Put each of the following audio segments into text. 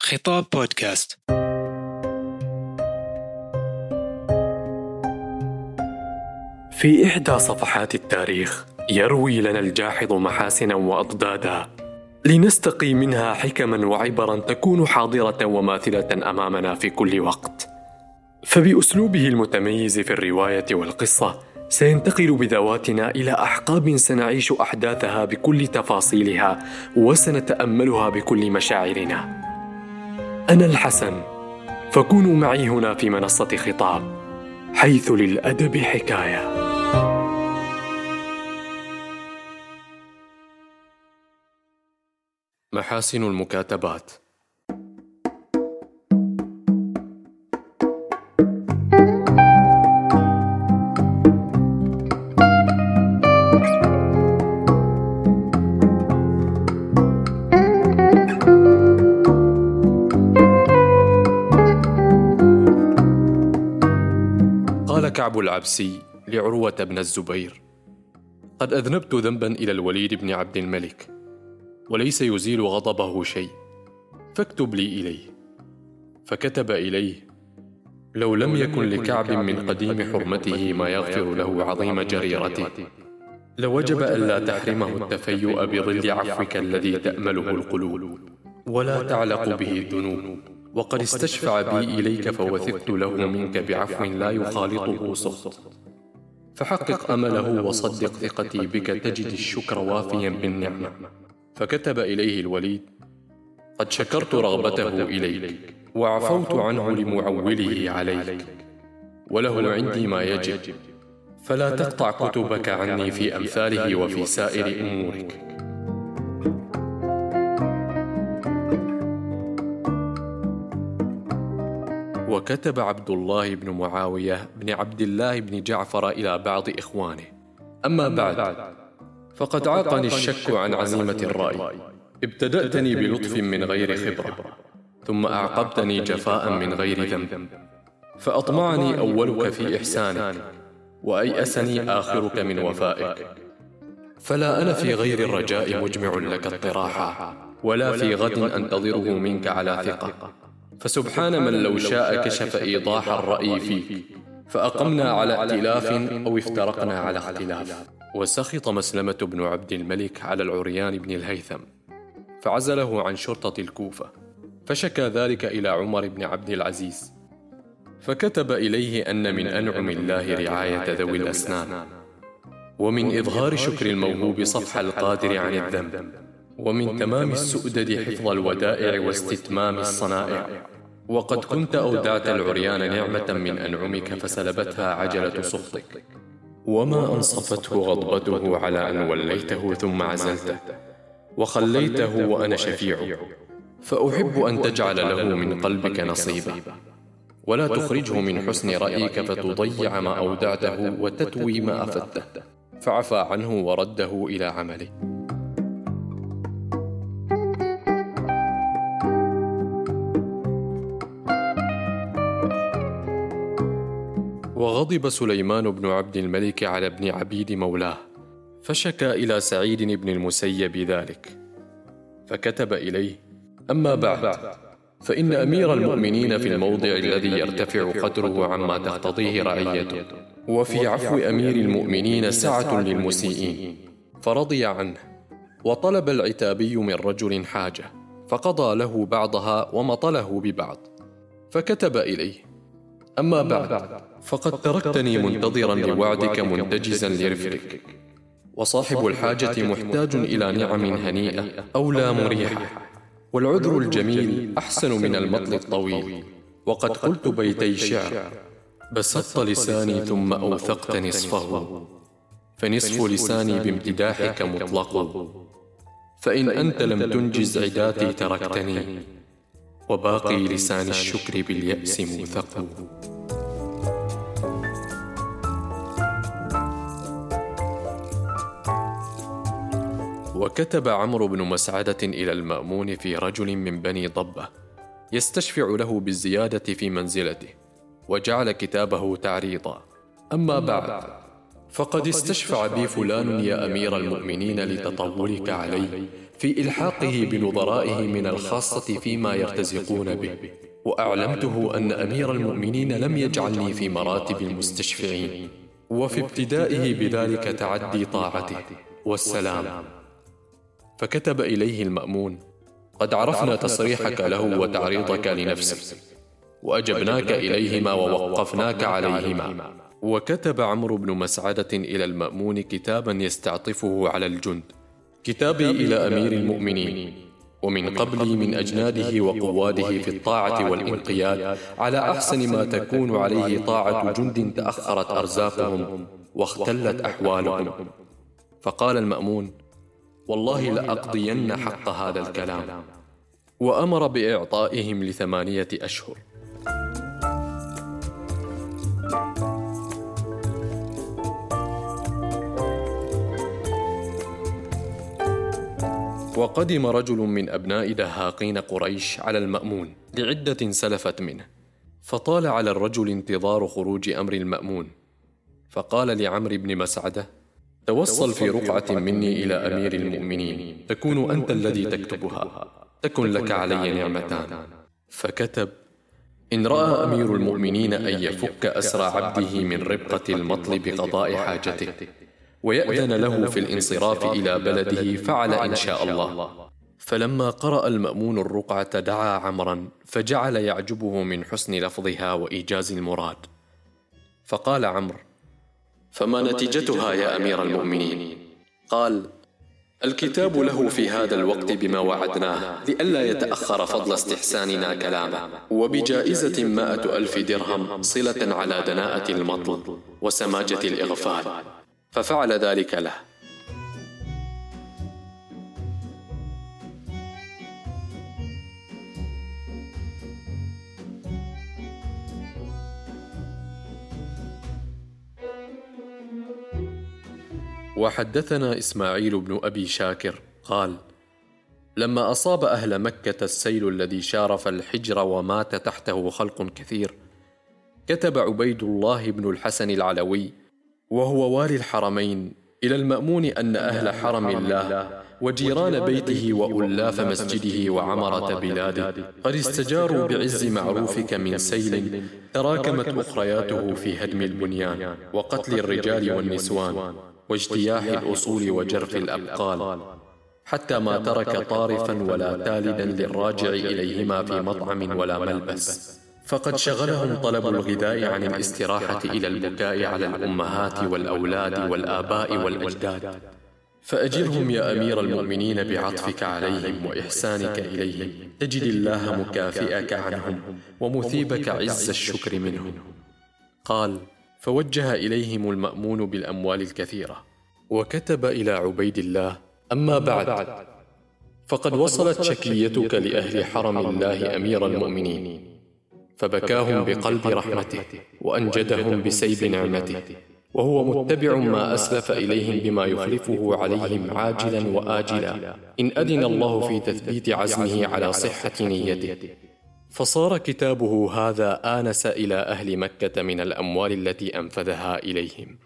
خطاب بودكاست. في إحدى صفحات التاريخ يروي لنا الجاحظ محاسنا وأضدادا لنستقي منها حكما وعبرا تكون حاضرة وماثلة أمامنا في كل وقت. فبأسلوبه المتميز في الرواية والقصة سينتقل بذواتنا إلى أحقاب سنعيش أحداثها بكل تفاصيلها وسنتأملها بكل مشاعرنا. أنا الحسن، فكونوا معي هنا في منصة خطاب، حيث للأدب حكاية. محاسن المكاتبات. قال كعب العبسي لعروة بن الزبير: قد أذنبت ذنبا إلى الوليد بن عبد الملك، وليس يزيل غضبه شيء، فاكتب لي إليه. فكتب إليه: لو لم يكن لكعب من قديم حرمته ما يغفر له عظيم جريرته، لوجب ألا تحرمه التفيؤ بظل عفوك الذي تأمله القلوب ولا تعلق به الذنوب، وقد استشفع بي إليك فوثقت له منك بعفو لا يخالطه سخط، فحقق أمله وصدق ثقتي بك تجد الشكر وافيا بالنعمة. فكتب إليه الوليد: قد شكرت رغبته إليك وعفوت عنه لمعوله عليك، وله عندي ما يجب، فلا تقطع كتبك عني في أمثاله وفي سائر أمورك. وكتب عبد الله بن معاوية بن عبد الله بن جعفر إلى بعض إخوانه: أما بعد، فقد عاقني الشك عن عزيمة الرأي. ابتدأتني بلطف من غير خبرة، ثم أعقبتني جفاء من غير ذنب، فأطمعني أولك في إحسانك، وأيأسني آخرك من وفائك. فلا أنا في غير الرجاء مجمع لك اطراحا، ولا في غد أنتظره منك على ثقة، فسبحان من لو شاء كشف إيضاح الرأي فيك، فأقمنا على ائتلاف أو افترقنا على اختلاف. وسخط مسلمة بن عبد الملك على العريان بن الهيثم، فعزله عن شرطة الكوفة، فشكى ذلك إلى عمر بن عبد العزيز، فكتب إليه أن من أنعم الله رعاية ذوي الأسنان، ومن إظهار شكر الموهوب صفح القادر عن الذنب، ومن تمام السؤدد حفظ الودائع واستتمام الصنائع. وقد كنت أودعت العريان نعمة من أنعمك فسلبتها عجلة سخطك، وما أنصفته غضبته على أن وليته ثم عزلته وخليته وأنا شفيعه، فأحب أن تجعل له من قلبك نصيبا، ولا تخرجه من حسن رأيك فتضيع ما أودعته وتتوي ما أفدته، فعفى عنه ورده إلى عمله. وغضب سليمان بن عبد الملك على ابن عبيد مولاه، فشكى إلى سعيد بن المسيب ذلك، فكتب إليه: أما بعد، فإن أمير المؤمنين في الموضع الذي يرتفع قدره عما تقتضيه رعيته، وفي عفو أمير المؤمنين سعة للمسيئين، فرضي عنه. وطلب العتابي من رجل حاجة، فقضى له بعضها ومطله ببعض، فكتب إليه: أما بعد، فقد تركتني منتظرا لوعدك منتجزا لرفقك، وصاحب الحاجة محتاج إلى نعم هنيئة أو لا مريحة، والعذر الجميل أحسن من المطل الطويل. وقد قلت بيتي شعر: بسطت لساني ثم أوثقت نصفه، فنصف لساني بامتداحك مطلق، فإن أنت لم تنجز عداتي تركتني، وباقي لسان الشكر باليأس موثق. وكتب عمرو بن مسعدة إلى المأمون في رجل من بني ضبة يستشفع له بالزيادة في منزلته، وجعل كتابه تعريضا: أما بعد، فقد استشفع بي فلان يا أمير المؤمنين لتطولك علي، في إلحاقه بنظرائه من الخاصة فيما يرتزقون به، وأعلمته أن أمير المؤمنين لم يجعلني في مراتب المستشفعين، وفي ابتدائه بذلك تعدي طاعته والسلام. فكتب إليه المأمون: قد عرفنا تصريحك له وتعريضك لنفسك، وأجبناك إليهما ووقفناك عليهما. وكتب عمرو بن مسعدة إلى المأمون كتابا يستعطفه على الجند: كتابي إلى أمير المؤمنين، ومن قبلي من أجناده وقواده في الطاعة والانقياد على أحسن ما تكون عليه طاعة جند تأخرت أرزاقهم واختلت أحوالهم. فقال المأمون: والله لأقضين حق هذا الكلام. وأمر بإعطائهم ل8 أشهر. وقدم رجل من أبناء دهاقين قريش على المأمون لعدة سلفت منه، فطال على الرجل انتظار خروج أمر المأمون، فقال لعمرو بن مسعدة: توصل في رقعة مني إلى أمير المؤمنين، تكون أنت الذي تكتبها، تكن لك علي نعمتان. فكتب: إن رأى أمير المؤمنين أن يفك أسر عبده من ربقة المطل بقضاء حاجته ويأذن له في الانصراف إلى بلده فعل إن شاء الله. فلما قرأ المأمون الرقعة دعا عمرا، فجعل يعجبه من حسن لفظها وإيجاز المراد. فقال عمرو: فما نتيجتها يا أمير المؤمنين؟ قال: الكتاب له في هذا الوقت بما وعدناه، لئلا يتأخر فضل استحساننا كلامه، وبجائزة 100,000 درهم صلة على دناءة المطل وسماجة الإغفال. ففعل ذلك له. وحدثنا إسماعيل بن أبي شاكر قال: لما أصاب أهل مكة السيل الذي شارف الحجر ومات تحته خلق كثير، كتب عبيد الله بن الحسن العلوي وهو والي الحرمين إلى المأمون أن أهل حرم الله وجيران بيته وألاف مسجده وعمرة بلاده قد استجاروا بعز معروفك من سيل تراكمت أخرياته في هدم البنيان وقتل الرجال والنسوان واجتياح الأصول وجرف الأبقال، حتى ما ترك طارفا ولا تالدا للراجع إليهما في مطعم ولا ملبس، فقد شغلهم طلب الغذاء عن الاستراحة إلى البكاء على الأمهات والأولاد والآباء والأجداد. فأجرهم يا أمير المؤمنين بعطفك عليهم وإحسانك إليهم، تجد الله مكافئك عنهم ومثيبك عز الشكر منهم. قال: فوجه إليهم المأمون بالأموال الكثيرة، وكتب إلى عبيد الله: أما بعد، فقد وصلت شكيتك لأهل حرم الله أمير المؤمنين، فبكاهم بقلب رحمته وأنجدهم بسيب نعمته، وهو متبع ما أسلف إليهم بما يخلفه عليهم عاجلا وآجلا إن أذن الله في تثبيت عزمه على صحة نيته. فصار كتابه هذا آنس إلى أهل مكة من الأموال التي أنفذها إليهم.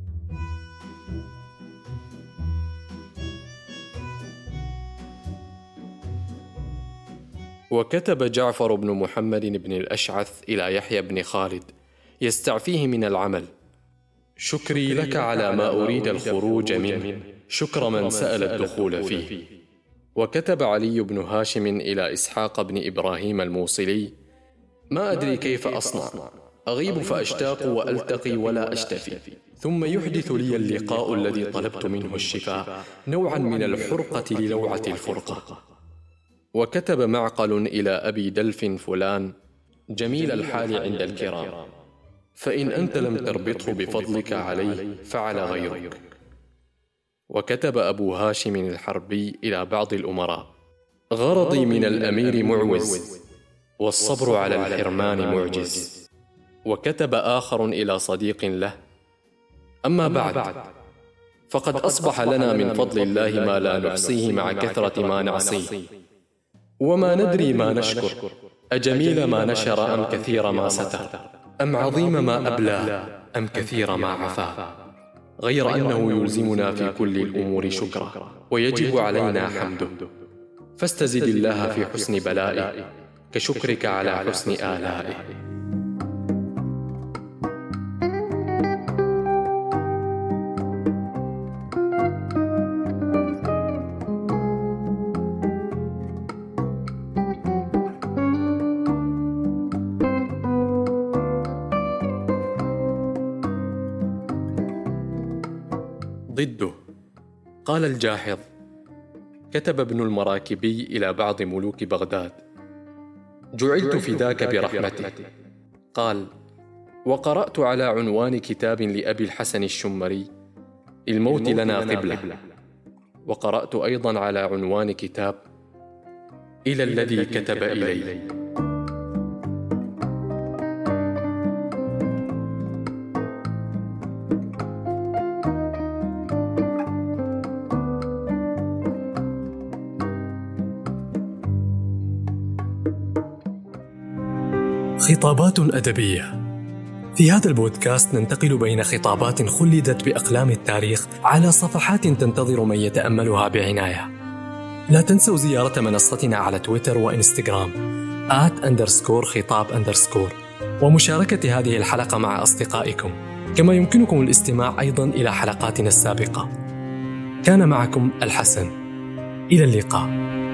وكتب جعفر بن محمد بن الأشعث إلى يحيى بن خالد يستعفيه من العمل: شكري لك على ما أريد الخروج منه، شكر من سأل الدخول فيه. وكتب علي بن هاشم إلى إسحاق بن إبراهيم الموصلي: ما أدري كيف أصنع، أغيب فأشتاق وألتقي ولا أشتفي، ثم يحدث لي اللقاء الذي طلبت منه الشفاء نوعا من الحرقة للوعة الفرقة. وكتب معقل إلى أبي دلف فلان: جميل الحال عند الكرام، فإن أنت لم تربطه بفضلك عليه فعل غيرك. وكتب أبو هاشم الحربي إلى بعض الأمراء: غرضي من الأمير معوز، والصبر على الحرمان معجز. وكتب آخر إلى صديق له: أما بعد، فقد أصبح لنا من فضل الله ما لا نحصيه مع كثرة ما نعصيه، وما ندري ما نشكر، أجميل ما نشر أم كثير ما ستر، أم عظيم ما أبلى أم كثير ما عفا. غير أنه يلزمنا في كل الأمور شكره، ويجب علينا حمده. فاستزد الله في حسن بلائه كشكرك على حسن آلائه. ضده. قال الجاحظ: كتب ابن المراكبي إلى بعض ملوك بغداد: جعلت فداك برحمته. قال: وقرأت على عنوان كتاب لأبي الحسن الشمري: الموت لنا قبلة. وقرأت أيضا على عنوان كتاب: إلى الذي كتب إلي. خطابات أدبية. في هذا البودكاست ننتقل بين خطابات خلدت بأقلام التاريخ على صفحات تنتظر من يتأملها بعناية. لا تنسوا زيارة منصتنا على تويتر وإنستغرام @_خطاب_ ومشاركة هذه الحلقة مع أصدقائكم، كما يمكنكم الاستماع أيضا إلى حلقاتنا السابقة. كان معكم الحسن، إلى اللقاء.